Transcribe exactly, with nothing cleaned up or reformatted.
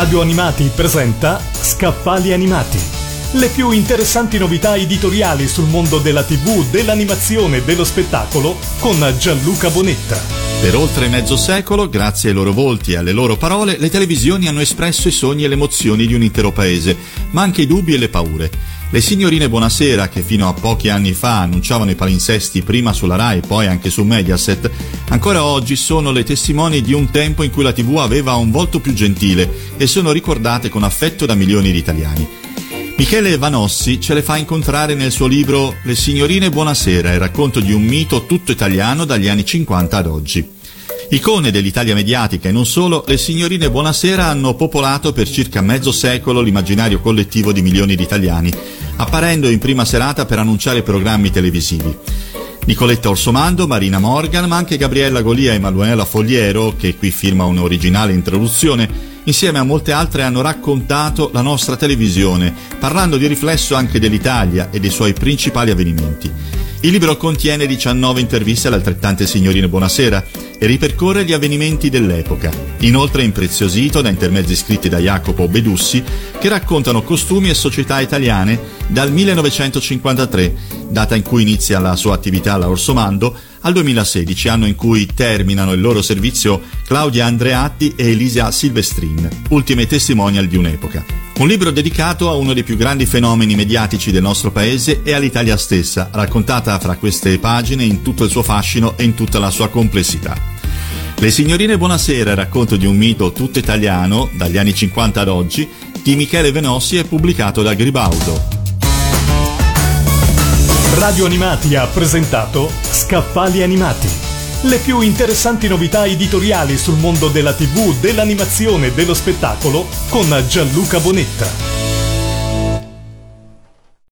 Radio Animati presenta Scaffali Animati. Le più interessanti novità editoriali sul mondo della tivù, dell'animazione e dello spettacolo con Gianluca Bonetta. Per oltre mezzo secolo, grazie ai loro volti e alle loro parole, le televisioni hanno espresso i sogni e le emozioni di un intero paese, ma anche i dubbi e le paure. Le signorine Buonasera, che fino a pochi anni fa annunciavano i palinsesti prima sulla Rai e poi anche su Mediaset, ancora oggi sono le testimoni di un tempo in cui la tivù aveva un volto più gentile e sono ricordate con affetto da milioni di italiani. Michele Vanossi ce le fa incontrare nel suo libro Le signorine Buonasera, il racconto di un mito tutto italiano dagli anni cinquanta ad oggi. Icone dell'Italia mediatica e non solo, le signorine Buonasera hanno popolato per circa mezzo secolo l'immaginario collettivo di milioni di italiani, apparendo in prima serata per annunciare programmi televisivi. Nicoletta Orsomando, Marina Morgan, ma anche Gabriella Golia e Emanuela Fogliero, che qui firma un'originale introduzione, insieme a molte altre hanno raccontato la nostra televisione, parlando di riflesso anche dell'Italia e dei suoi principali avvenimenti. Il libro contiene diciannove interviste alle altrettante signorine Buonasera e ripercorre gli avvenimenti dell'epoca. Inoltre è impreziosito da intermezzi scritti da Jacopo Bedussi che raccontano costumi e società italiane dal millenovecentocinquantatré, data in cui inizia la sua attività la Orsomando, al duemilasedici, anno in cui terminano il loro servizio Claudia Andreatti e Elisa Silvestrin, ultime testimonial di un'epoca. Un libro dedicato a uno dei più grandi fenomeni mediatici del nostro paese e all'Italia stessa, raccontata fra queste pagine in tutto il suo fascino e in tutta la sua complessità. Le signorine Buonasera, il racconto di un mito tutto italiano, dagli anni cinquanta ad oggi, di Michele Vanossi, è pubblicato da Gribaudo. Radio Animati ha presentato Scaffali Animati. Le più interessanti novità editoriali sul mondo della tivù, dell'animazione e dello spettacolo con Gianluca Bonetta.